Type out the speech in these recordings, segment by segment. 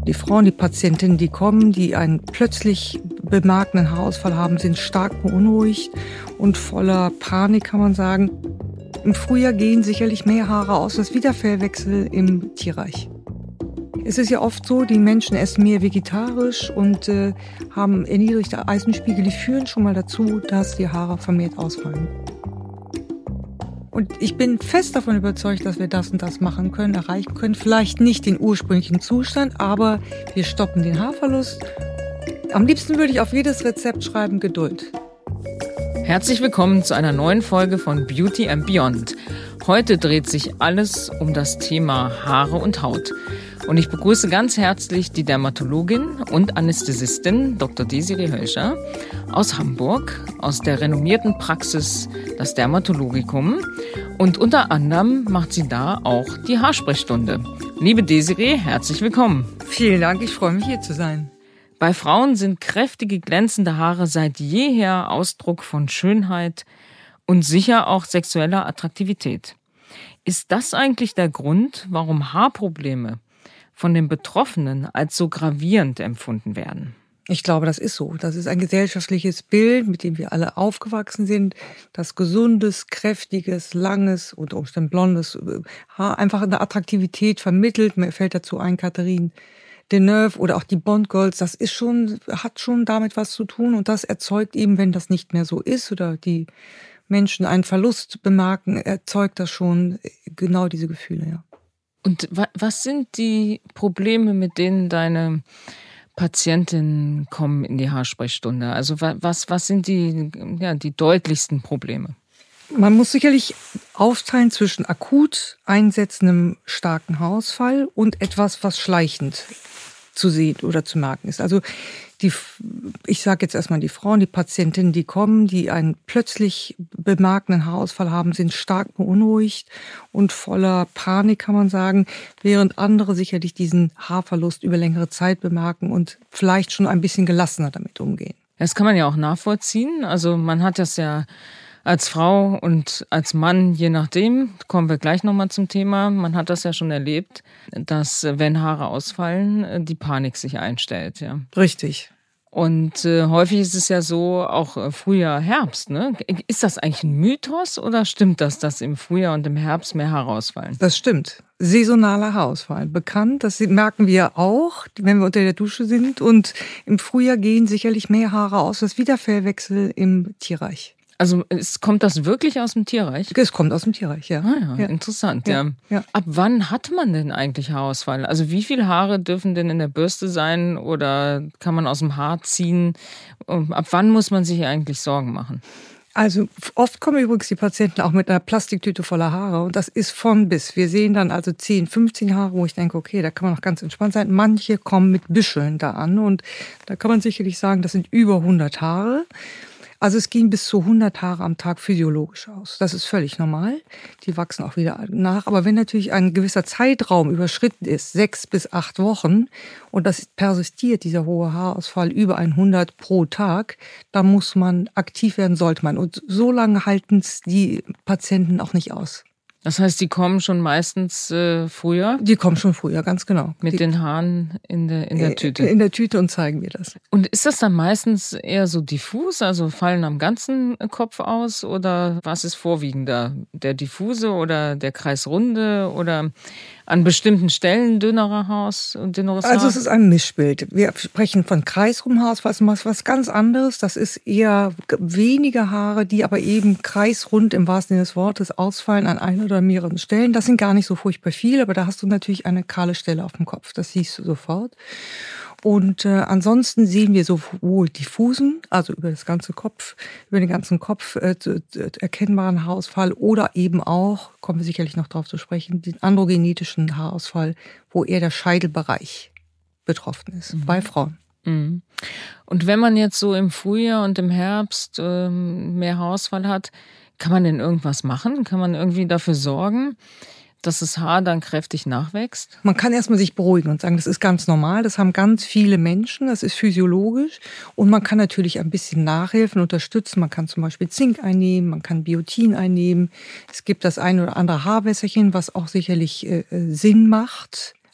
Die Frauen, die Patientinnen, die kommen, die einen plötzlich bemerkenden Haarausfall haben, sind stark beunruhigt und voller Panik, kann man sagen. Im Frühjahr gehen sicherlich mehr Haare aus als Wiederfellwechsel im Tierreich. Es ist ja oft so, die Menschen essen mehr vegetarisch und haben erniedrigte Eisenspiegel. Die führen schon mal dazu, dass die Haare vermehrt ausfallen. Und ich bin fest davon überzeugt, dass wir das und das machen können, erreichen können. Vielleicht nicht den ursprünglichen Zustand, aber wir stoppen den Haarverlust. Am liebsten würde ich auf jedes Rezept schreiben, Geduld. Herzlich willkommen zu einer neuen Folge von Beauty and Beyond. Heute dreht sich alles um das Thema Haare und Haut. Und ich begrüße ganz herzlich die Dermatologin und Anästhesistin Dr. Desiree Hölscher aus Hamburg, aus der renommierten Praxis das Dermatologikum. Und unter anderem macht sie da auch die Haarsprechstunde. Liebe Desiree, herzlich willkommen. Vielen Dank, ich freue mich, hier zu sein. Bei Frauen sind kräftige, glänzende Haare seit jeher Ausdruck von Schönheit und sicher auch sexueller Attraktivität. Ist das eigentlich der Grund, warum Haarprobleme von den Betroffenen als so gravierend empfunden werden? Ich glaube, das ist so. Das ist ein gesellschaftliches Bild, mit dem wir alle aufgewachsen sind, dass gesundes, kräftiges, langes, unter Umständen blondes Haar einfach eine Attraktivität vermittelt. Mir fällt dazu ein, Catherine Deneuve oder auch die Bond Girls, das ist hat schon damit was zu tun und das erzeugt eben, wenn das nicht mehr so ist oder die Menschen einen Verlust bemerken, erzeugt das schon genau diese Gefühle, ja. Und was sind die Probleme, mit denen deine Patientinnen kommen in die Haarsprechstunde? Also was sind die deutlichsten Probleme? Man muss sicherlich aufteilen zwischen akut einsetzendem starken Haarausfall und etwas, was schleichend zu sehen oder zu merken ist. Also ich sage jetzt erstmal die Frauen, die Patientinnen, die kommen, die einen plötzlich bemerkenden Haarausfall haben, sind stark beunruhigt und voller Panik, kann man sagen, während andere sicherlich diesen Haarverlust über längere Zeit bemerken und vielleicht schon ein bisschen gelassener damit umgehen. Das kann man ja auch nachvollziehen. Also man hat das ja als Frau und als Mann, je nachdem, kommen wir gleich nochmal zum Thema, man hat das ja schon erlebt, dass wenn Haare ausfallen, die Panik sich einstellt. Ja. Richtig. Und häufig ist es ja so, auch Frühjahr, Herbst. Ne? Ist das eigentlich ein Mythos oder stimmt das, dass im Frühjahr und im Herbst mehr Haare ausfallen? Das stimmt. Saisonaler Haarausfall. Bekannt, das merken wir auch, wenn wir unter der Dusche sind. Und im Frühjahr gehen sicherlich mehr Haare aus als Wiederfellwechsel im Tierreich. Also kommt das wirklich aus dem Tierreich? Es kommt aus dem Tierreich, ja. Ah ja, interessant. Ja. Ab wann hat man denn eigentlich Haarausfall? Also wie viele Haare dürfen denn in der Bürste sein oder kann man aus dem Haar ziehen? Ab wann muss man sich eigentlich Sorgen machen? Also oft kommen übrigens die Patienten auch mit einer Plastiktüte voller Haare und das ist von bis. Wir sehen dann also 10, 15 Haare, wo ich denke, okay, da kann man noch ganz entspannt sein. Manche kommen mit Büscheln da an und da kann man sicherlich sagen, das sind über 100 Haare. Also es gehen bis zu 100 Haare am Tag physiologisch aus. Das ist völlig normal. Die wachsen auch wieder nach. Aber wenn natürlich ein gewisser Zeitraum überschritten ist, 6 bis 8 Wochen, und das persistiert, dieser hohe Haarausfall, über 100 pro Tag, da muss man aktiv werden, sollte man. Und so lange halten es die Patienten auch nicht aus. Das heißt, die kommen schon meistens früher? Die kommen schon früher, ganz genau. Mit den Haaren in der Tüte? In der Tüte und zeigen mir das. Und ist das dann meistens eher so diffus, also fallen am ganzen Kopf aus? Oder was ist vorwiegender? Der diffuse oder der kreisrunde oder an bestimmten Stellen dünneres Haar? Also es ist ein Mischbild. Wir sprechen von kreisrundem Haarausfall, was ganz anderes. Das ist eher wenige Haare, die aber eben kreisrund im wahrsten Sinne des Wortes ausfallen an einer oder mehreren Stellen. Das sind gar nicht so furchtbar viel, aber da hast du natürlich eine kahle Stelle auf dem Kopf. Das siehst du sofort. Und ansonsten sehen wir sowohl diffusen, also über den ganzen Kopf erkennbaren Haarausfall oder eben auch, kommen wir sicherlich noch darauf zu sprechen, den androgenetischen Haarausfall, wo eher der Scheitelbereich betroffen ist, bei Frauen. Mhm. Und wenn man jetzt so im Frühjahr und im Herbst mehr Haarausfall hat, kann man denn irgendwas machen? Kann man irgendwie dafür sorgen, dass das Haar dann kräftig nachwächst? Man kann erstmal sich beruhigen und sagen, das ist ganz normal, das haben ganz viele Menschen, das ist physiologisch und man kann natürlich ein bisschen nachhelfen, unterstützen. Man kann zum Beispiel Zink einnehmen, man kann Biotin einnehmen. Es gibt das ein oder andere Haarwässerchen, was auch sicherlich Sinn macht.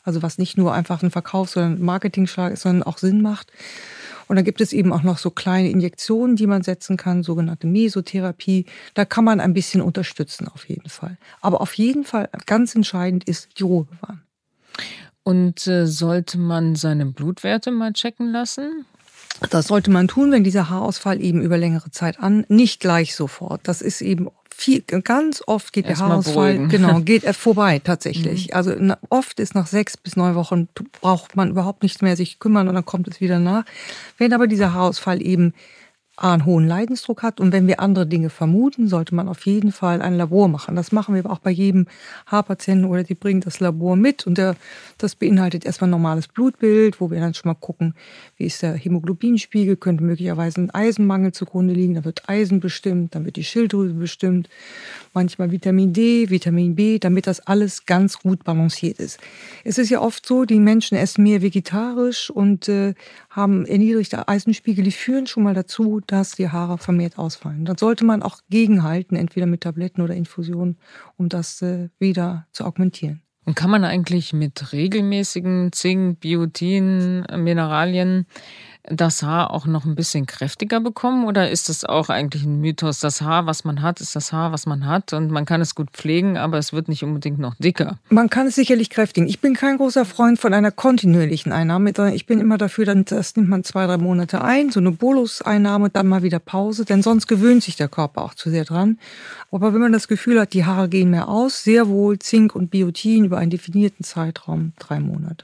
Also was nicht nur einfach ein Verkaufs- oder ein Marketingschlag ist, sondern auch Sinn macht. Und dann gibt es eben auch noch so kleine Injektionen, die man setzen kann, sogenannte Mesotherapie. Da kann man ein bisschen unterstützen auf jeden Fall. Aber auf jeden Fall ganz entscheidend ist die Ruhe bewahren. Und sollte man seine Blutwerte mal checken lassen? Das sollte man tun, wenn dieser Haarausfall eben über längere Zeit nicht gleich sofort. Das ist eben ganz oft geht der Haarausfall, geht er vorbei tatsächlich. Also oft ist nach 6 bis 9 Wochen braucht man überhaupt nichts mehr sich kümmern und dann kommt es wieder nach. Wenn aber dieser Haarausfall eben einen hohen Leidensdruck hat und wenn wir andere Dinge vermuten, sollte man auf jeden Fall ein Labor machen. Das machen wir auch bei jedem Haarpatienten oder die bringen das Labor mit und das beinhaltet erstmal ein normales Blutbild, wo wir dann schon mal gucken, wie ist der Hämoglobinspiegel, könnte möglicherweise ein Eisenmangel zugrunde liegen, da wird Eisen bestimmt, dann wird die Schilddrüse bestimmt, manchmal Vitamin D, Vitamin B, damit das alles ganz gut balanciert ist. Es ist ja oft so, die Menschen essen mehr vegetarisch und haben erniedrigte Eisenspiegel, die führen schon mal dazu, dass die Haare vermehrt ausfallen. Dann sollte man auch gegenhalten, entweder mit Tabletten oder Infusionen, um das wieder zu augmentieren. Und kann man eigentlich mit regelmäßigen Zink, Biotin, Mineralien das Haar auch noch ein bisschen kräftiger bekommen? Oder ist das auch eigentlich ein Mythos? Das Haar, was man hat, ist das Haar, was man hat. Und man kann es gut pflegen, aber es wird nicht unbedingt noch dicker. Man kann es sicherlich kräftigen. Ich bin kein großer Freund von einer kontinuierlichen Einnahme. Ich bin immer dafür, das nimmt man 2-3 Monate ein, so eine Boluseinnahme, dann mal wieder Pause. Denn sonst gewöhnt sich der Körper auch zu sehr dran. Aber wenn man das Gefühl hat, die Haare gehen mehr aus, sehr wohl Zink und Biotin über einen definierten Zeitraum, 3 Monate.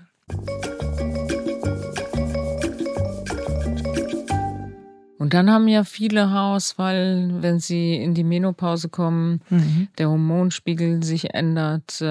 Und dann haben ja viele Haarausfall, wenn sie in die Menopause kommen, der Hormonspiegel sich ändert.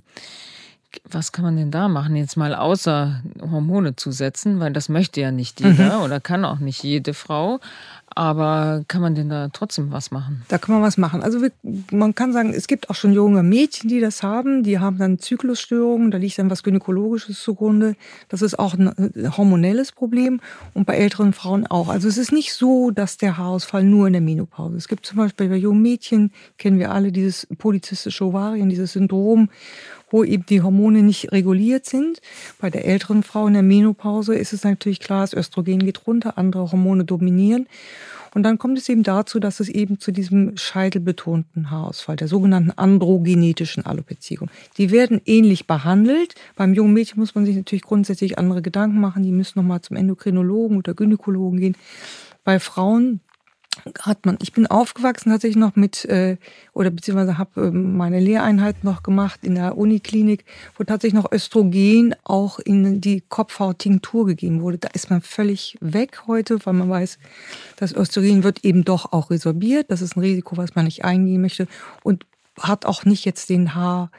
Was kann man denn da machen, jetzt mal außer Hormone zu setzen? Weil das möchte ja nicht jeder oder kann auch nicht jede Frau. Aber kann man denn da trotzdem was machen? Da kann man was machen. Also man kann sagen, es gibt auch schon junge Mädchen, die das haben. Die haben dann Zyklusstörungen, da liegt dann was Gynäkologisches zugrunde. Das ist auch ein hormonelles Problem und bei älteren Frauen auch. Also es ist nicht so, dass der Haarausfall nur in der Menopause ist. Es gibt zum Beispiel bei jungen Mädchen, kennen wir alle, dieses polyzystische Ovarien, dieses Syndrom, wo eben die Hormone nicht reguliert sind. Bei der älteren Frau in der Menopause ist es natürlich klar, das Östrogen geht runter, andere Hormone dominieren. Und dann kommt es eben dazu, dass es eben zu diesem scheitelbetonten Haarausfall, der sogenannten androgenetischen Alopezie kommt. Die werden ähnlich behandelt. Beim jungen Mädchen muss man sich natürlich grundsätzlich andere Gedanken machen. Die müssen nochmal zum Endokrinologen oder Gynäkologen gehen. Bei Frauen ich bin aufgewachsen tatsächlich noch beziehungsweise habe meine Lehreinheit noch gemacht in der Uniklinik, wo tatsächlich noch Östrogen auch in die Kopfhaut-Tinktur gegeben wurde. Da ist man völlig weg heute, weil man weiß, das Östrogen wird eben doch auch resorbiert. Das ist ein Risiko, was man nicht eingehen möchte und hat auch nicht jetzt den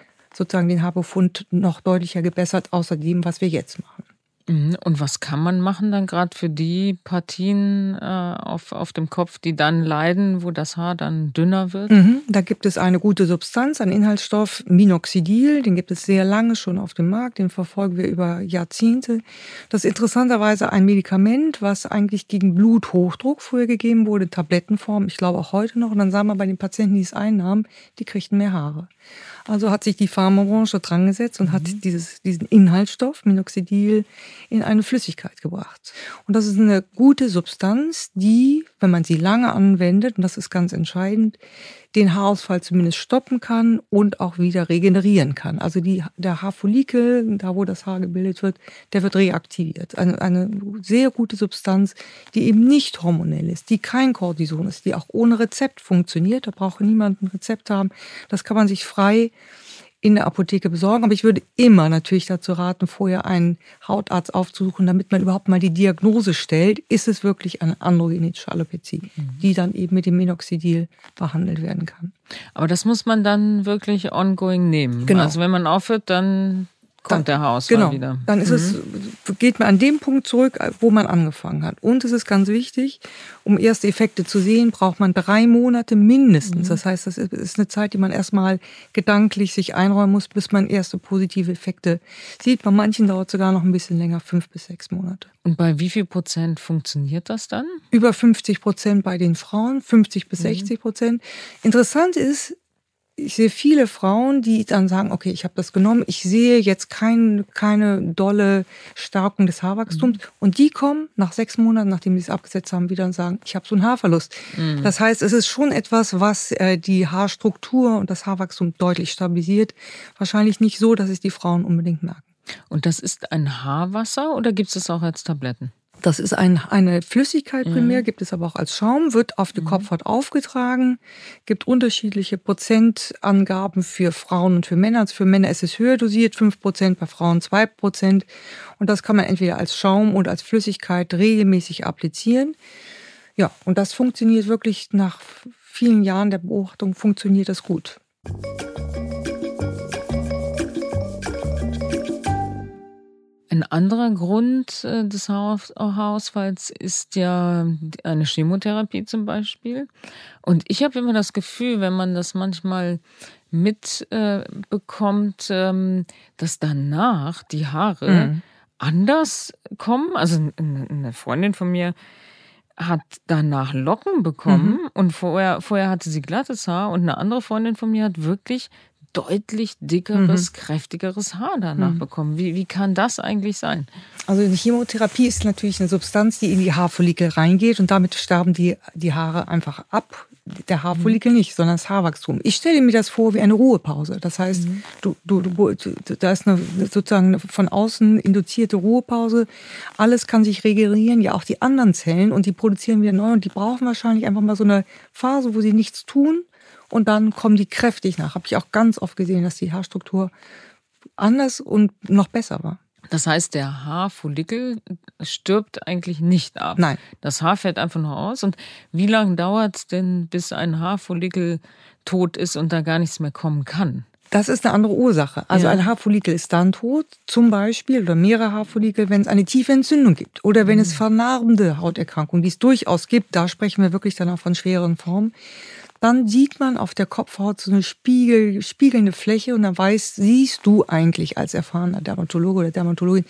Haarbefund noch deutlicher gebessert, außer dem, was wir jetzt machen. Und was kann man machen dann gerade für die Partien auf dem Kopf, die dann leiden, wo das Haar dann dünner wird? Da gibt es eine gute Substanz, einen Inhaltsstoff, Minoxidil, den gibt es sehr lange schon auf dem Markt, den verfolgen wir über Jahrzehnte. Das ist interessanterweise ein Medikament, was eigentlich gegen Bluthochdruck früher gegeben wurde, Tablettenform, ich glaube auch heute noch. Und dann sagen wir bei den Patienten, die es einnahmen, die kriegten mehr Haare. Also hat sich die Pharmabranche dran gesetzt und hat diesen Inhaltsstoff, Minoxidil, in eine Flüssigkeit gebracht. Und das ist eine gute Substanz, die, wenn man sie lange anwendet, und das ist ganz entscheidend, den Haarausfall zumindest stoppen kann und auch wieder regenerieren kann. Also der Haarfollikel, da wo das Haar gebildet wird, der wird reaktiviert. Eine sehr gute Substanz, die eben nicht hormonell ist, die kein Cortison ist, die auch ohne Rezept funktioniert. Da braucht niemand ein Rezept haben. Das kann man sich frei in der Apotheke besorgen. Aber ich würde immer natürlich dazu raten, vorher einen Hautarzt aufzusuchen, damit man überhaupt mal die Diagnose stellt, ist es wirklich eine androgenetische Alopezie, die dann eben mit dem Minoxidil behandelt werden kann. Aber das muss man dann wirklich ongoing nehmen. Genau. Also wenn man aufhört, dann kommt der Haarausfall wieder. Dann geht man an dem Punkt zurück, wo man angefangen hat. Und es ist ganz wichtig, um erste Effekte zu sehen, braucht man 3 Monate mindestens. Das heißt, das ist eine Zeit, die man erstmal gedanklich sich einräumen muss, bis man erste positive Effekte sieht. Bei manchen dauert es sogar noch ein bisschen länger, 5 bis 6 Monate. Und bei wie viel Prozent funktioniert das dann? Über 50% bei den Frauen, 50 bis 60%. Interessant ist, ich sehe viele Frauen, die dann sagen, okay, ich habe das genommen, ich sehe jetzt keine dolle Stärkung des Haarwachstums. Und die kommen nach 6 Monaten, nachdem sie es abgesetzt haben, wieder und sagen, ich habe so einen Haarverlust. Das heißt, es ist schon etwas, was die Haarstruktur und das Haarwachstum deutlich stabilisiert. Wahrscheinlich nicht so, dass es die Frauen unbedingt merken. Und das ist ein Haarwasser oder gibt es das auch als Tabletten? Das ist eine Flüssigkeit primär, gibt es aber auch als Schaum, wird auf die Kopfhaut aufgetragen, gibt unterschiedliche Prozentangaben für Frauen und für Männer. Also für Männer ist es höher dosiert, 5%, bei Frauen 2%. Und das kann man entweder als Schaum oder als Flüssigkeit regelmäßig applizieren. Ja, und das funktioniert wirklich nach vielen Jahren der Beobachtung, funktioniert das gut. Ein anderer Grund des Haarausfalls ist ja eine Chemotherapie zum Beispiel. Und ich habe immer das Gefühl, wenn man das manchmal mitbekommt, dass danach die Haare anders kommen. Also eine Freundin von mir hat danach Locken bekommen und vorher hatte sie glattes Haar, und eine andere Freundin von mir hat wirklich deutlich dickeres, kräftigeres Haar danach bekommen. Wie kann das eigentlich sein? Also die Chemotherapie ist natürlich eine Substanz, die in die Haarfollikel reingeht, und damit sterben die Haare einfach ab. Der Haarfollikel nicht, sondern das Haarwachstum. Ich stelle mir das vor wie eine Ruhepause. Das heißt, da ist sozusagen eine von außen induzierte Ruhepause. Alles kann sich regenerieren, ja auch die anderen Zellen, und die produzieren wieder neu, und die brauchen wahrscheinlich einfach mal so eine Phase, wo sie nichts tun. Und dann kommen die kräftig nach. Habe ich auch ganz oft gesehen, dass die Haarstruktur anders und noch besser war. Das heißt, der Haarfollikel stirbt eigentlich nicht ab. Nein. Das Haar fällt einfach nur aus. Und wie lange dauert es denn, bis ein Haarfollikel tot ist und da gar nichts mehr kommen kann? Das ist eine andere Ursache. Also ein Haarfollikel ist dann tot, zum Beispiel, oder mehrere Haarfollikel, wenn es eine tiefe Entzündung gibt. Oder wenn es vernarbende Hauterkrankungen, die es durchaus gibt, da sprechen wir wirklich dann auch von schweren Formen. Dann sieht man auf der Kopfhaut so eine spiegelnde Fläche, und dann siehst du eigentlich als erfahrener Dermatologe oder Dermatologin,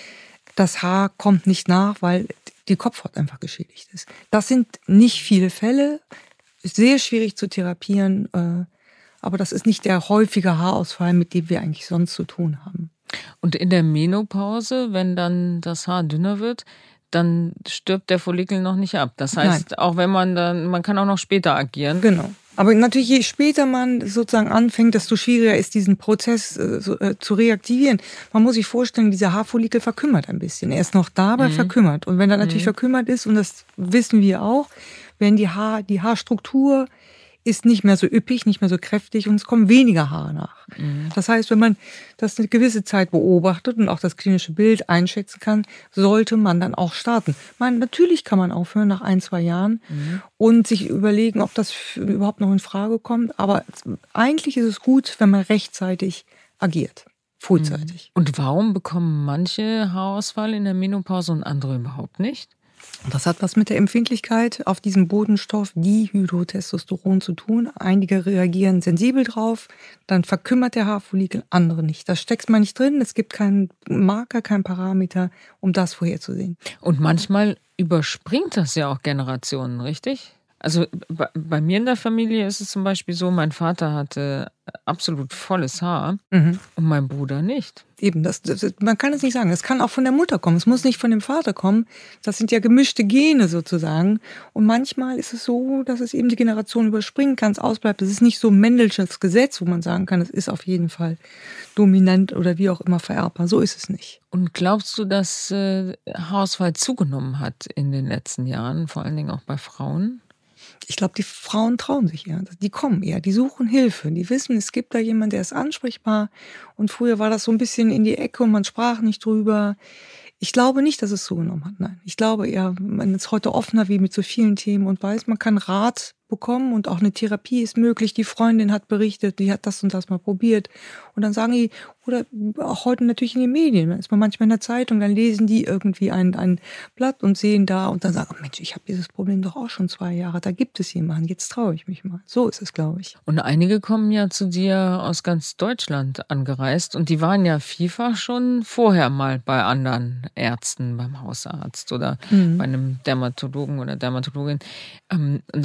das Haar kommt nicht nach, weil die Kopfhaut einfach geschädigt ist. Das sind nicht viele Fälle, ist sehr schwierig zu therapieren, aber das ist nicht der häufige Haarausfall, mit dem wir eigentlich sonst zu tun haben. Und in der Menopause, wenn dann das Haar dünner wird, dann stirbt der Follikel noch nicht ab. Das heißt, Nein. auch wenn man kann auch noch später agieren. Genau. Aber natürlich, je später man sozusagen anfängt, desto schwieriger ist, diesen Prozess zu reaktivieren. Man muss sich vorstellen, dieser Haarfollikel verkümmert ein bisschen. Er ist noch da, aber verkümmert. Und wenn er natürlich verkümmert ist, und das wissen wir auch, wenn die Haarstruktur ist nicht mehr so üppig, nicht mehr so kräftig, und es kommen weniger Haare nach. Das heißt, wenn man das eine gewisse Zeit beobachtet und auch das klinische Bild einschätzen kann, sollte man dann auch starten. Natürlich kann man aufhören nach 1-2 Jahren und sich überlegen, ob das überhaupt noch in Frage kommt. Aber eigentlich ist es gut, wenn man rechtzeitig agiert, frühzeitig. Und warum bekommen manche Haarausfall in der Menopause und andere überhaupt nicht? Und das hat was mit der Empfindlichkeit auf diesen Botenstoff Dihydrotestosteron zu tun. Einige reagieren sensibel drauf, dann verkümmert der Haarfollikel, andere nicht. Das steckt man nicht drin, es gibt keinen Marker, keinen Parameter, um das vorherzusehen. Und manchmal überspringt das ja auch Generationen, richtig? Also bei mir in der Familie ist es zum Beispiel so, mein Vater hatte absolut volles Haar und mein Bruder nicht. Eben, man kann es nicht sagen. Es kann auch von der Mutter kommen. Es muss nicht von dem Vater kommen. Das sind ja gemischte Gene sozusagen. Und manchmal ist es so, dass es eben die Generation überspringen kann, es ausbleibt. Das ist nicht so ein Mendelsches Gesetz, wo man sagen kann, es ist auf jeden Fall dominant oder wie auch immer vererbbar. So ist es nicht. Und glaubst du, dass Haarausfall zugenommen hat in den letzten Jahren, vor allen Dingen auch bei Frauen? Ich glaube, die Frauen trauen sich eher. Die kommen eher, die suchen Hilfe. Die wissen, es gibt da jemanden, der ist ansprechbar. Und früher war das so ein bisschen in die Ecke und man sprach nicht drüber. Ich glaube nicht, dass es zugenommen hat, nein. Ich glaube eher, man ist heute offener wie mit so vielen Themen und weiß, man kann Rat bekommen und auch eine Therapie ist möglich. Die Freundin hat berichtet, die hat das und das mal probiert. Und dann sagen die, oder auch heute natürlich in den Medien, dann ist man manchmal in der Zeitung, dann lesen die irgendwie ein Blatt und sehen da und dann sagen, oh Mensch, ich habe dieses Problem doch auch schon 2 Jahre, da gibt es jemanden, jetzt traue ich mich mal. So ist es, glaube ich. Und einige kommen ja zu dir aus ganz Deutschland angereist und die waren ja vielfach schon vorher mal bei anderen Ärzten, beim Hausarzt oder bei einem Dermatologen oder Dermatologin. Und dann bist du ja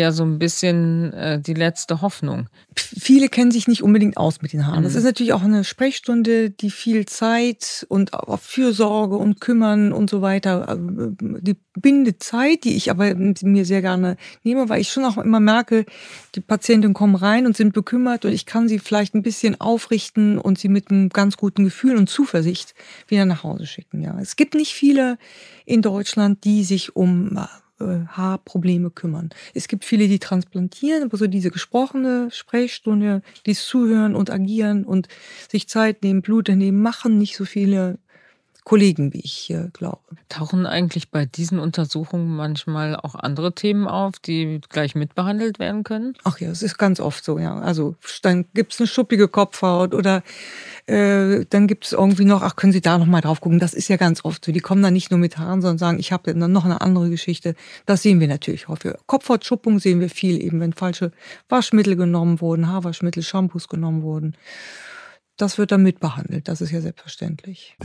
ja so ein bisschen die letzte Hoffnung. Viele kennen sich nicht unbedingt aus mit den Haaren. Das ist natürlich auch eine Sprechstunde, die viel Zeit und auch Fürsorge und Kümmern und so weiter, die bindet Zeit, die ich aber mir sehr gerne nehme, weil ich schon auch immer merke, die Patienten kommen rein und sind bekümmert und ich kann sie vielleicht ein bisschen aufrichten und sie mit einem ganz guten Gefühl und Zuversicht wieder nach Hause schicken. Ja, es gibt nicht viele in Deutschland, die sich um Haarprobleme kümmern. Es gibt viele, die transplantieren, aber so diese gesprochene Sprechstunde, dieses Zuhören und Agieren und sich Zeit nehmen, Blut nehmen, machen nicht so viele Kollegen, wie ich glaube. Tauchen eigentlich bei diesen Untersuchungen manchmal auch andere Themen auf, die gleich mitbehandelt werden können? Ach ja, es ist ganz oft so, ja. Also dann gibt's eine schuppige Kopfhaut oder dann gibt es irgendwie noch, ach, können Sie da noch mal drauf gucken. Das ist ja ganz oft so. Die kommen dann nicht nur mit Haaren, sondern sagen, ich habe dann noch eine andere Geschichte. Das sehen wir natürlich häufig. Kopfhautschuppung sehen wir viel, eben wenn falsche Waschmittel genommen wurden, Haarwaschmittel, Shampoos genommen wurden. Das wird dann mitbehandelt. Das ist ja selbstverständlich.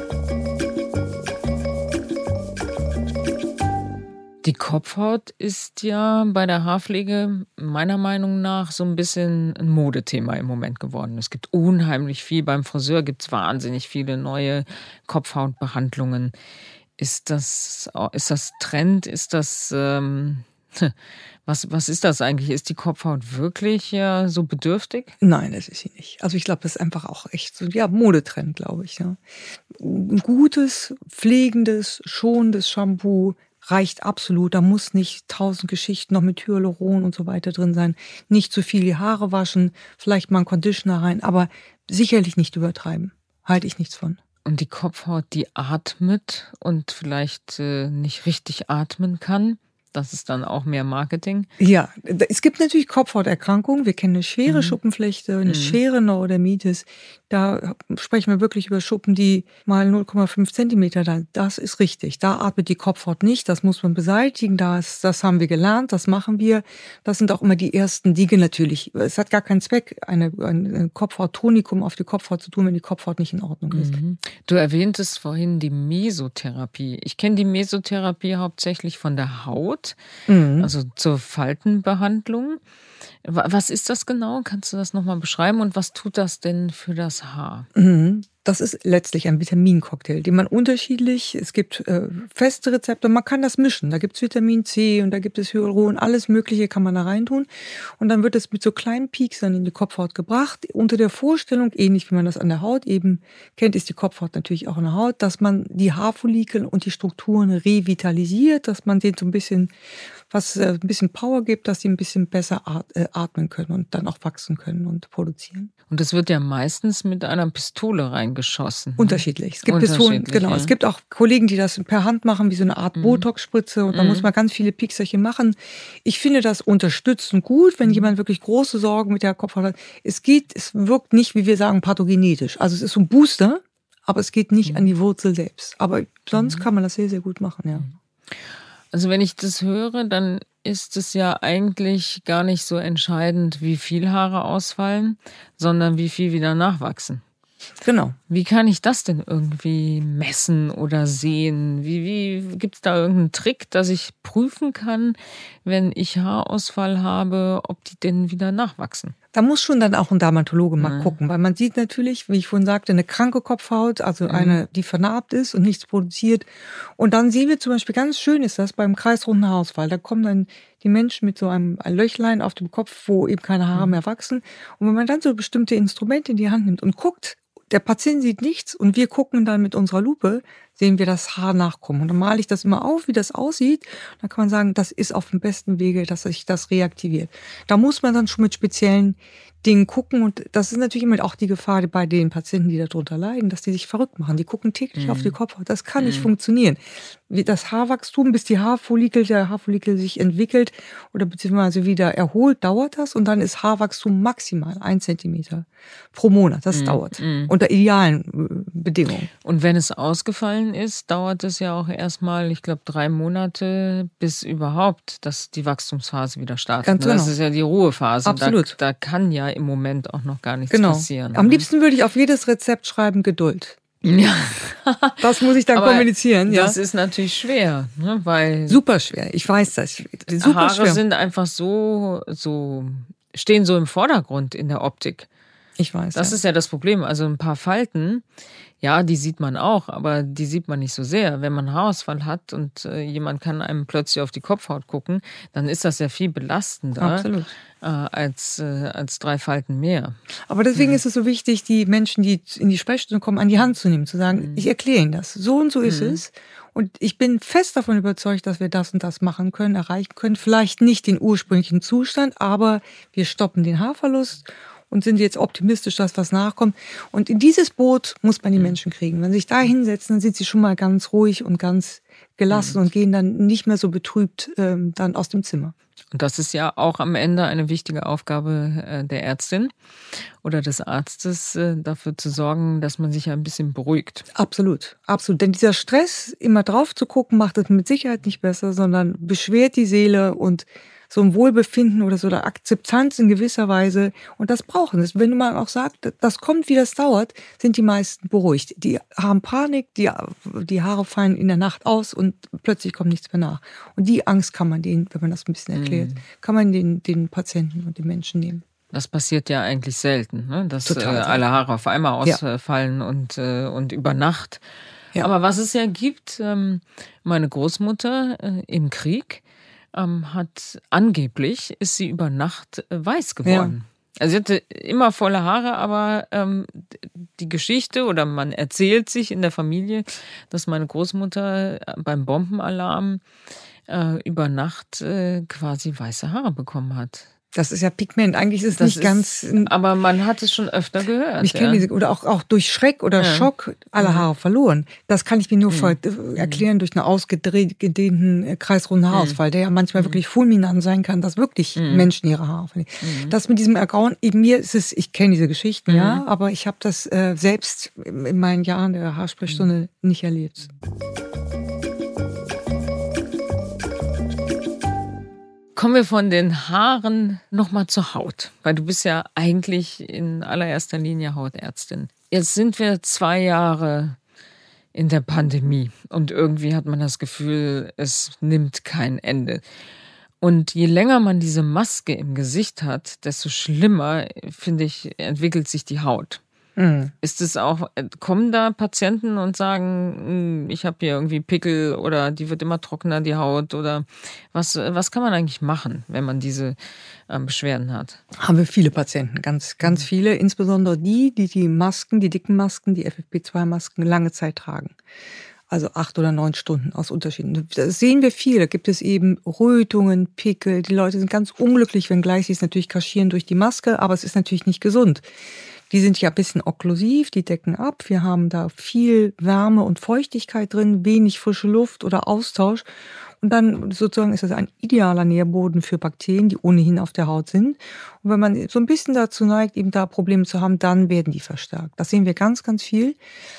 Die Kopfhaut ist ja bei der Haarpflege meiner Meinung nach so ein bisschen ein Modethema im Moment geworden. Es gibt unheimlich viel. Beim Friseur gibt es wahnsinnig viele neue Kopfhautbehandlungen. Ist das Trend? Ist das was ist das eigentlich? Ist die Kopfhaut wirklich so bedürftig? Nein, das ist sie nicht. Also ich glaube, das ist einfach auch echt so, ja, Modetrend, glaube ich. Ja. Ein gutes, pflegendes, schonendes Shampoo reicht absolut. Da muss nicht 1000 Geschichten noch mit Hyaluron und so weiter drin sein. Nicht zu viel die Haare waschen, vielleicht mal einen Conditioner rein, aber sicherlich nicht übertreiben. Halte ich nichts von. Und die Kopfhaut, die atmet und vielleicht nicht richtig atmen kann. Das ist dann auch mehr Marketing. Ja, es gibt natürlich Kopfhauterkrankungen. Wir kennen eine schwere Schuppenflechte, eine schwere Neurodermitis. Da sprechen wir wirklich über Schuppen, die mal 0,5 Zentimeter da. Das ist richtig. Da atmet die Kopfhaut nicht. Das muss man beseitigen. Das haben wir gelernt. Das machen wir. Das sind auch immer die ersten Dinge natürlich. Es hat gar keinen Zweck, ein Kopfhauttonikum auf die Kopfhaut zu tun, wenn die Kopfhaut nicht in Ordnung ist. Du erwähntest vorhin die Mesotherapie. Ich kenne die Mesotherapie hauptsächlich von der Haut, also zur Faltenbehandlung. Was ist das genau? Kannst du das nochmal beschreiben? Und was tut das denn für das Haar? Das ist letztlich ein Vitamincocktail, den man unterschiedlich, es gibt feste Rezepte, man kann das mischen. Da gibt es Vitamin C und da gibt es Hyaluron, alles Mögliche kann man da reintun. Und dann wird es mit so kleinen Peaks dann in die Kopfhaut gebracht. Unter der Vorstellung, ähnlich wie man das an der Haut eben kennt, ist die Kopfhaut natürlich auch eine Haut, dass man die Haarfollikel und die Strukturen revitalisiert, dass man denen so ein bisschen Power gibt, dass sie ein bisschen besser atmen können und dann auch wachsen können und produzieren. Und das wird ja meistens mit einer Pistole reingeschossen. Unterschiedlich. Es gibt Pistolen, genau. Ja. Es gibt auch Kollegen, die das per Hand machen, wie so eine Art Botox-Spritze. Und da muss man ganz viele Piekserchen machen. Ich finde das unterstützend gut, wenn jemand wirklich große Sorgen mit der Kopfhaut hat. Es wirkt nicht, wie wir sagen, pathogenetisch. Also es ist so ein Booster, aber es geht nicht an die Wurzel selbst. Aber sonst kann man das sehr, sehr gut machen, ja. Also wenn ich das höre, dann ist es ja eigentlich gar nicht so entscheidend, wie viel Haare ausfallen, sondern wie viel wieder nachwachsen. Genau. Wie kann ich das denn irgendwie messen oder sehen? Wie gibt es da irgendeinen Trick, dass ich prüfen kann, wenn ich Haarausfall habe, ob die denn wieder nachwachsen? Da muss schon dann auch ein Dermatologe mal gucken, weil man sieht natürlich, wie ich vorhin sagte, eine kranke Kopfhaut, also eine, die vernarbt ist und nichts produziert. Und dann sehen wir zum Beispiel, ganz schön ist das beim kreisrunden Haarausfall. Da kommen dann die Menschen mit so einem Löchlein auf dem Kopf, wo eben keine Haare mehr wachsen. Und wenn man dann so bestimmte Instrumente in die Hand nimmt und guckt, der Patient sieht nichts und wir gucken dann mit unserer Lupe, sehen wir das Haar nachkommen. Und dann male ich das immer auf, wie das aussieht. Dann kann man sagen, das ist auf dem besten Wege, dass sich das reaktiviert. Da muss man dann schon mit speziellen Dingen gucken. Und das ist natürlich immer auch die Gefahr bei den Patienten, die darunter leiden, dass die sich verrückt machen. Die gucken täglich auf die Kopfhaut. Das kann nicht funktionieren. Das Haarwachstum, bis der Haarfollikel sich entwickelt oder beziehungsweise wieder erholt, dauert das. Und dann ist Haarwachstum maximal 1 Zentimeter pro Monat. Das dauert. Unter idealen Bedingungen. Und wenn es ausgefallen ist, dauert es ja auch erstmal, ich glaube, 3 Monate, bis überhaupt die Wachstumsphase wieder startet. Ganz genau. Das ist ja die Ruhephase. Absolut. Da kann ja im Moment auch noch gar nichts passieren. Am liebsten würde ich auf jedes Rezept schreiben Geduld. Ja. Das muss ich dann kommunizieren. Das ist natürlich schwer, ne? Weil super schwer. Ich weiß das. Die Super Haare schwer. sind einfach stehen so im Vordergrund in der Optik. Ich weiß. Das ist ja das Problem. Also ein paar Falten, ja, die sieht man auch, aber die sieht man nicht so sehr. Wenn man Haarausfall hat und jemand kann einem plötzlich auf die Kopfhaut gucken, dann ist das ja viel belastender. Absolut. Als 3 Falten mehr. Aber deswegen ist es so wichtig, die Menschen, die in die Sprechstunde kommen, an die Hand zu nehmen, zu sagen, ich erkläre Ihnen das. So und so ist es. Und ich bin fest davon überzeugt, dass wir das und das machen können, erreichen können. Vielleicht nicht den ursprünglichen Zustand, aber wir stoppen den Haarverlust und sind jetzt optimistisch, dass was nachkommt. Und in dieses Boot muss man die Menschen kriegen. Wenn sie sich da hinsetzen, dann sind sie schon mal ganz ruhig und ganz gelassen und gehen dann nicht mehr so betrübt dann aus dem Zimmer. Und das ist ja auch am Ende eine wichtige Aufgabe der Ärztin oder des Arztes, dafür zu sorgen, dass man sich ein bisschen beruhigt. Absolut, absolut. Denn dieser Stress, immer drauf zu gucken, macht es mit Sicherheit nicht besser, sondern beschwert die Seele und so ein Wohlbefinden oder so eine Akzeptanz in gewisser Weise. Und das brauchen es. Wenn man auch sagt, das kommt, wie das dauert, sind die meisten beruhigt. Die haben Panik, die Haare fallen in der Nacht aus und plötzlich kommt nichts mehr nach. Und die Angst kann man denen, wenn man das ein bisschen erklärt, kann man den Patienten und den Menschen nehmen. Das passiert ja eigentlich selten, ne? Dass Total, alle Haare auf einmal ausfallen und über Nacht. Ja. Aber was es ja gibt, meine Großmutter im Krieg, ist sie über Nacht weiß geworden. Ja. Also sie hatte immer volle Haare, aber die Geschichte oder man erzählt sich in der Familie, dass meine Großmutter beim Bombenalarm über Nacht quasi weiße Haare bekommen hat. Das ist ja Pigment. Eigentlich ist es nicht ganz. Aber man hat es schon öfter gehört. Ich kenne diese, oder auch durch Schreck oder Schock alle Haare verloren. Das kann ich mir nur erklären durch einen ausgedehnten kreisrunden Haarausfall, der ja manchmal wirklich fulminant sein kann, dass wirklich Menschen ihre Haare verlieren. Das mit diesem Ergrauen, eben mir ist es, ich kenne diese Geschichten, ja, aber ich habe das selbst in meinen Jahren der Haarsprechstunde nicht erlebt. Kommen wir von den Haaren nochmal zur Haut, weil du bist ja eigentlich in allererster Linie Hautärztin. Jetzt sind wir 2 Jahre in der Pandemie und irgendwie hat man das Gefühl, es nimmt kein Ende. Und je länger man diese Maske im Gesicht hat, desto schlimmer, finde ich, entwickelt sich die Haut. Ist es auch, kommen da Patienten und sagen, ich habe hier irgendwie Pickel oder die wird immer trockener, die Haut, oder was kann man eigentlich machen, wenn man diese Beschwerden hat? Haben wir viele Patienten, ganz, ganz viele, insbesondere die Masken, die dicken Masken, die FFP2-Masken lange Zeit tragen. Also 8 oder 9 Stunden aus Unterschieden. Das sehen wir viel. Da gibt es eben Rötungen, Pickel. Die Leute sind ganz unglücklich, wenngleich sie es natürlich kaschieren durch die Maske, aber es ist natürlich nicht gesund. Die sind ja ein bisschen okklusiv, die decken ab. Wir haben da viel Wärme und Feuchtigkeit drin, wenig frische Luft oder Austausch. Und dann sozusagen ist das ein idealer Nährboden für Bakterien, die ohnehin auf der Haut sind. Und wenn man so ein bisschen dazu neigt, eben da Probleme zu haben, dann werden die verstärkt. Das sehen wir ganz, ganz viel.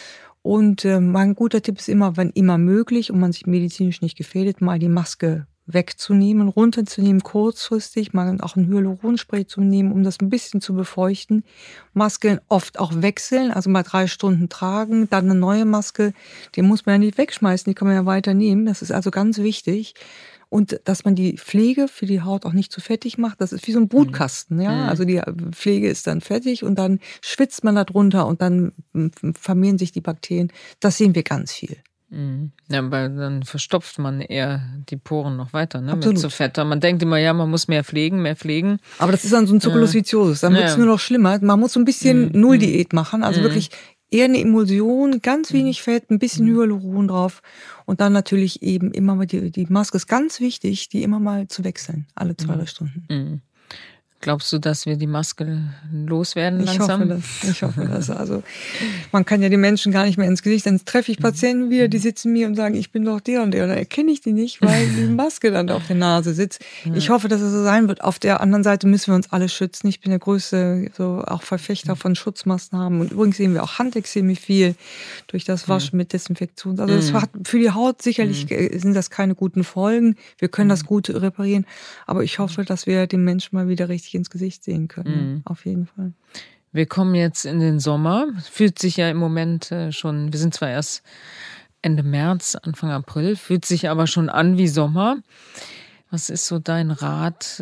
Und mein guter Tipp ist immer, wenn immer möglich und man sich medizinisch nicht gefährdet, mal die Maske wegzunehmen, runterzunehmen, kurzfristig, mal auch ein Hyaluronspray zu nehmen, um das ein bisschen zu befeuchten. Masken oft auch wechseln, also mal 3 Stunden tragen, dann eine neue Maske, die muss man ja nicht wegschmeißen, die kann man ja weiter nehmen. Das ist also ganz wichtig. Und dass man die Pflege für die Haut auch nicht zu fettig macht, das ist wie so ein Brutkasten, ja. Also die Pflege ist dann fettig und dann schwitzt man da drunter und dann vermehren sich die Bakterien. Das sehen wir ganz viel. Ja, weil dann verstopft man eher die Poren noch weiter, ne? Absolut. Mit so Fett. Man denkt immer, ja, man muss mehr pflegen. Aber das ist dann so ein Zuckerlos Viciosus. Dann wird es nur noch schlimmer. Man muss so ein bisschen Nulldiät machen. Also wirklich eher eine Emulsion, ganz wenig Fett, ein bisschen Hyaluron drauf. Und dann natürlich eben immer mal die Maske ist ganz wichtig, die immer mal zu wechseln. Alle 2-3 Stunden. Glaubst du, dass wir die Maske loswerden langsam? Ich hoffe das. Also man kann ja die Menschen gar nicht mehr ins Gesicht. Dann treffe ich Patienten wieder, die sitzen mir und sagen, ich bin doch der und der. Und dann erkenne ich die nicht, weil die Maske dann auf der Nase sitzt. Ich hoffe, dass es so sein wird. Auf der anderen Seite müssen wir uns alle schützen. Ich bin der größte auch Verfechter von Schutzmaßnahmen. Und übrigens sehen wir auch Handexeme viel durch das Waschen mit Desinfektion. Also das hat für die Haut sicherlich sind das keine guten Folgen. Wir können das gut reparieren. Aber ich hoffe, dass wir den Menschen mal wieder richtig ins Gesicht sehen können. Auf jeden Fall. Wir kommen jetzt in den Sommer. Fühlt sich ja im Moment schon, wir sind zwar erst Ende März, Anfang April, fühlt sich aber schon an wie Sommer. Was ist so dein Rat?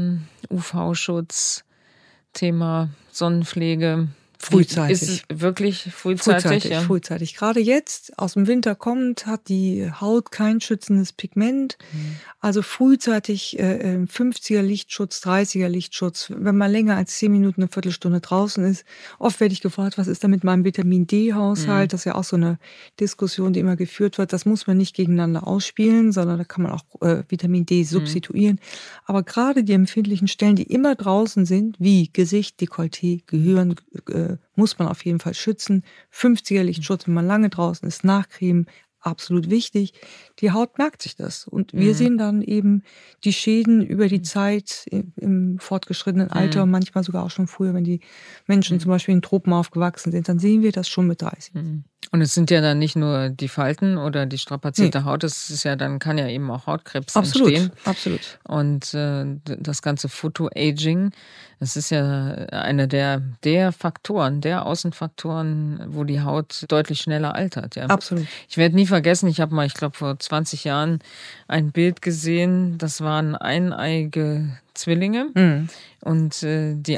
UV-Schutz, Thema Sonnenpflege? Frühzeitig. Ist wirklich frühzeitig? Frühzeitig. Gerade jetzt, aus dem Winter kommend, hat die Haut kein schützendes Pigment. Also frühzeitig 50er Lichtschutz, 30er Lichtschutz. Wenn man länger als 10 Minuten, eine Viertelstunde draußen ist. Oft werde ich gefragt, was ist da mit meinem Vitamin-D-Haushalt? Das ist ja auch so eine Diskussion, die immer geführt wird. Das muss man nicht gegeneinander ausspielen, sondern da kann man auch Vitamin D substituieren. Aber gerade die empfindlichen Stellen, die immer draußen sind, wie Gesicht, Dekolleté, Gehirn, muss man auf jeden Fall schützen. 50er Lichtschutz, wenn man lange draußen ist, nachcremen, absolut wichtig. Die Haut merkt sich das. Und wir sehen dann eben die Schäden über die Zeit im fortgeschrittenen Alter und manchmal sogar auch schon früher, wenn die Menschen zum Beispiel in Tropen aufgewachsen sind, dann sehen wir das schon mit 30. Und es sind ja dann nicht nur die Falten oder die strapazierte Haut, es ist ja dann, kann ja eben auch Hautkrebs entstehen. Absolut. Und das ganze Photoaging, das ist ja einer der Faktoren, der Außenfaktoren, wo die Haut deutlich schneller altert. Ja. Absolut. Ich werde nie vergessen, ich habe mal, ich glaube vor 20 Jahren ein Bild gesehen, das waren eineiige Zwillinge. Und die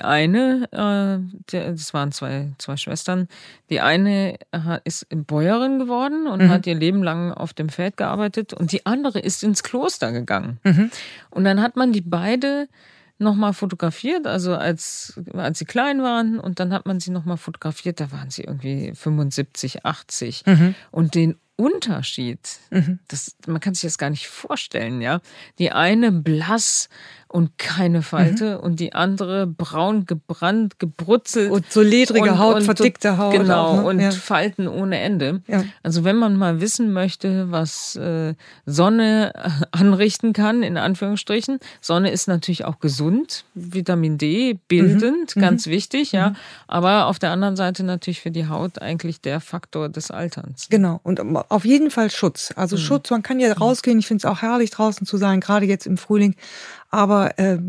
eine, das waren zwei Schwestern, die eine ist Bäuerin geworden und hat ihr Leben lang auf dem Feld gearbeitet und die andere ist ins Kloster gegangen. Und dann hat man die beide nochmal fotografiert, also als sie klein waren, und dann hat man sie nochmal fotografiert, da waren sie irgendwie 75, 80. Und den Unterschied, man kann sich das gar nicht vorstellen, ja. Die eine blass und keine Falte und die andere braun gebrannt, gebrutzelt. Und so ledrige Haut, verdickte Haut. Genau, auch, ne? und Falten ohne Ende. Ja. Also wenn man mal wissen möchte, was Sonne anrichten kann, in Anführungsstrichen. Sonne ist natürlich auch gesund, Vitamin D bildend, ganz wichtig, ja. Aber auf der anderen Seite natürlich für die Haut eigentlich der Faktor des Alterns. Genau, und auf jeden Fall Schutz. Also Schutz, man kann ja rausgehen, ich finde es auch herrlich draußen zu sein, gerade jetzt im Frühling. Aber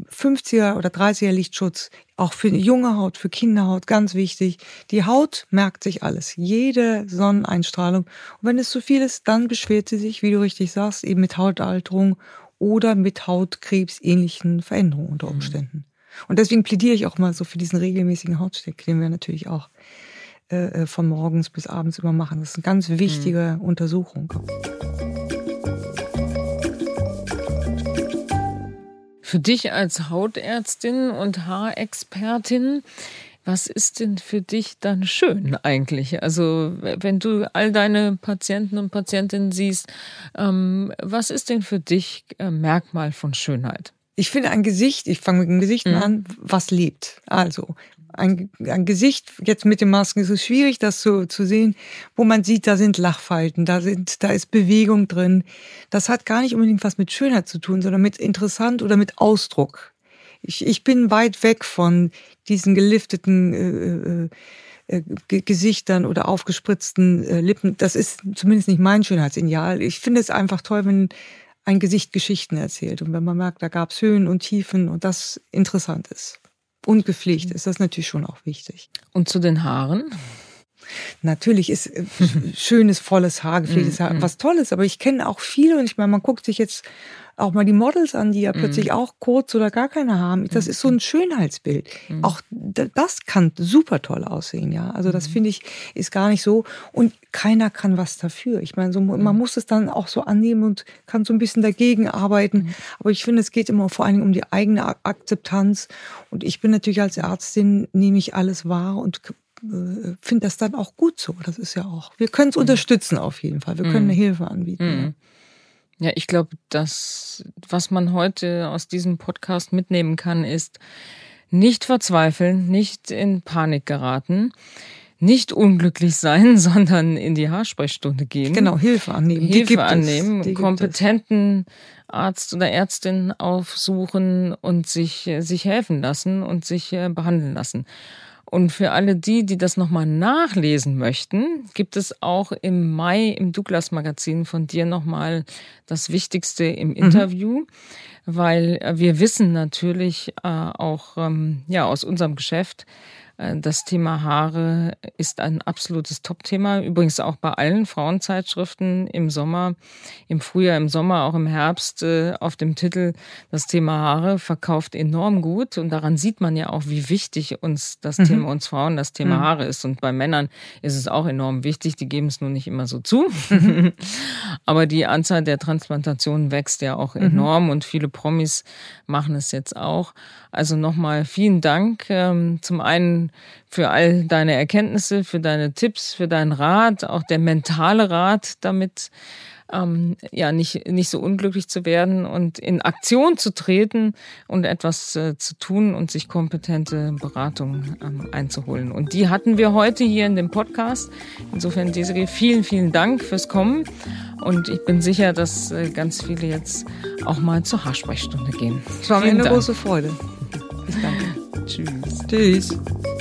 50er oder 30er Lichtschutz, auch für junge Haut, für Kinderhaut, ganz wichtig. Die Haut merkt sich alles, jede Sonneneinstrahlung. Und wenn es zu viel ist, dann beschwert sie sich, wie du richtig sagst, eben mit Hautalterung oder mit Hautkrebsähnlichen Veränderungen unter Umständen. Und deswegen plädiere ich auch mal so für diesen regelmäßigen Hautcheck, den wir natürlich auch von morgens bis abends immer machen. Das ist eine ganz wichtige Untersuchung. Für dich als Hautärztin und Haarexpertin, was ist denn für dich dann schön eigentlich? Also wenn du all deine Patienten und Patientinnen siehst, was ist denn für dich Merkmal von Schönheit? Ich finde ein Gesicht, ich fange mit dem Gesicht an, was lebt. Also ein Gesicht, jetzt mit den Masken ist es schwierig, das zu sehen, wo man sieht, da sind Lachfalten, da ist Bewegung drin. Das hat gar nicht unbedingt was mit Schönheit zu tun, sondern mit interessant oder mit Ausdruck. Ich bin weit weg von diesen gelifteten Gesichtern oder aufgespritzten Lippen. Das ist zumindest nicht mein Schönheitsideal. Ich finde es einfach toll, wenn ein Gesicht Geschichten erzählt und wenn man merkt, da gab es Höhen und Tiefen und das interessant ist. Und gepflegt ist das natürlich schon auch wichtig. Und zu den Haaren? Natürlich ist schönes, volles Haar, gepflegtes Haar was Tolles, aber ich kenne auch viele und ich meine, man guckt sich jetzt auch mal die Models an, die ja plötzlich auch kurz oder gar keine haben. Das ist so ein Schönheitsbild. Auch das kann super toll aussehen, ja. Also das finde ich ist gar nicht so und keiner kann was dafür. Ich meine, so, man muss es dann auch so annehmen und kann so ein bisschen dagegen arbeiten. Aber ich finde, es geht immer vor allen Dingen um die eigene Akzeptanz. Und ich bin natürlich als Ärztin, nehme ich alles wahr und finde das dann auch gut so. Das ist ja auch, wir können es unterstützen auf jeden Fall. Wir können eine Hilfe anbieten. Ja, ich glaube, das, was man heute aus diesem Podcast mitnehmen kann, ist nicht verzweifeln, nicht in Panik geraten, nicht unglücklich sein, sondern in die Haarsprechstunde gehen. Genau, Hilfe annehmen. Hilfe annehmen, kompetenten Arzt oder Ärztin aufsuchen und sich helfen lassen und sich behandeln lassen. Und für alle die das nochmal nachlesen möchten, gibt es auch im Mai im Douglas-Magazin von dir nochmal das Wichtigste im Interview, weil wir wissen natürlich auch aus unserem Geschäft, Das Thema Haare ist ein absolutes Top-Thema. Übrigens auch bei allen Frauenzeitschriften im Sommer, im Frühjahr, im Sommer, auch im Herbst auf dem Titel das Thema Haare verkauft enorm gut. Und daran sieht man ja auch, wie wichtig uns das Thema, uns Frauen, das Thema Haare ist. Und bei Männern ist es auch enorm wichtig. Die geben es nur nicht immer so zu. Aber die Anzahl der Transplantationen wächst ja auch enorm und viele Promis machen es jetzt auch. Also nochmal vielen Dank. Zum einen für all deine Erkenntnisse, für deine Tipps, für deinen Rat, auch der mentale Rat, damit nicht so unglücklich zu werden und in Aktion zu treten und etwas zu tun und sich kompetente Beratung einzuholen. Und die hatten wir heute hier in dem Podcast. Insofern, Desiree, vielen, vielen Dank fürs Kommen. Und ich bin sicher, dass ganz viele jetzt auch mal zur Haarsprechstunde gehen. Es war mir eine große Freude. Ich danke. Tschüss. Tschüss.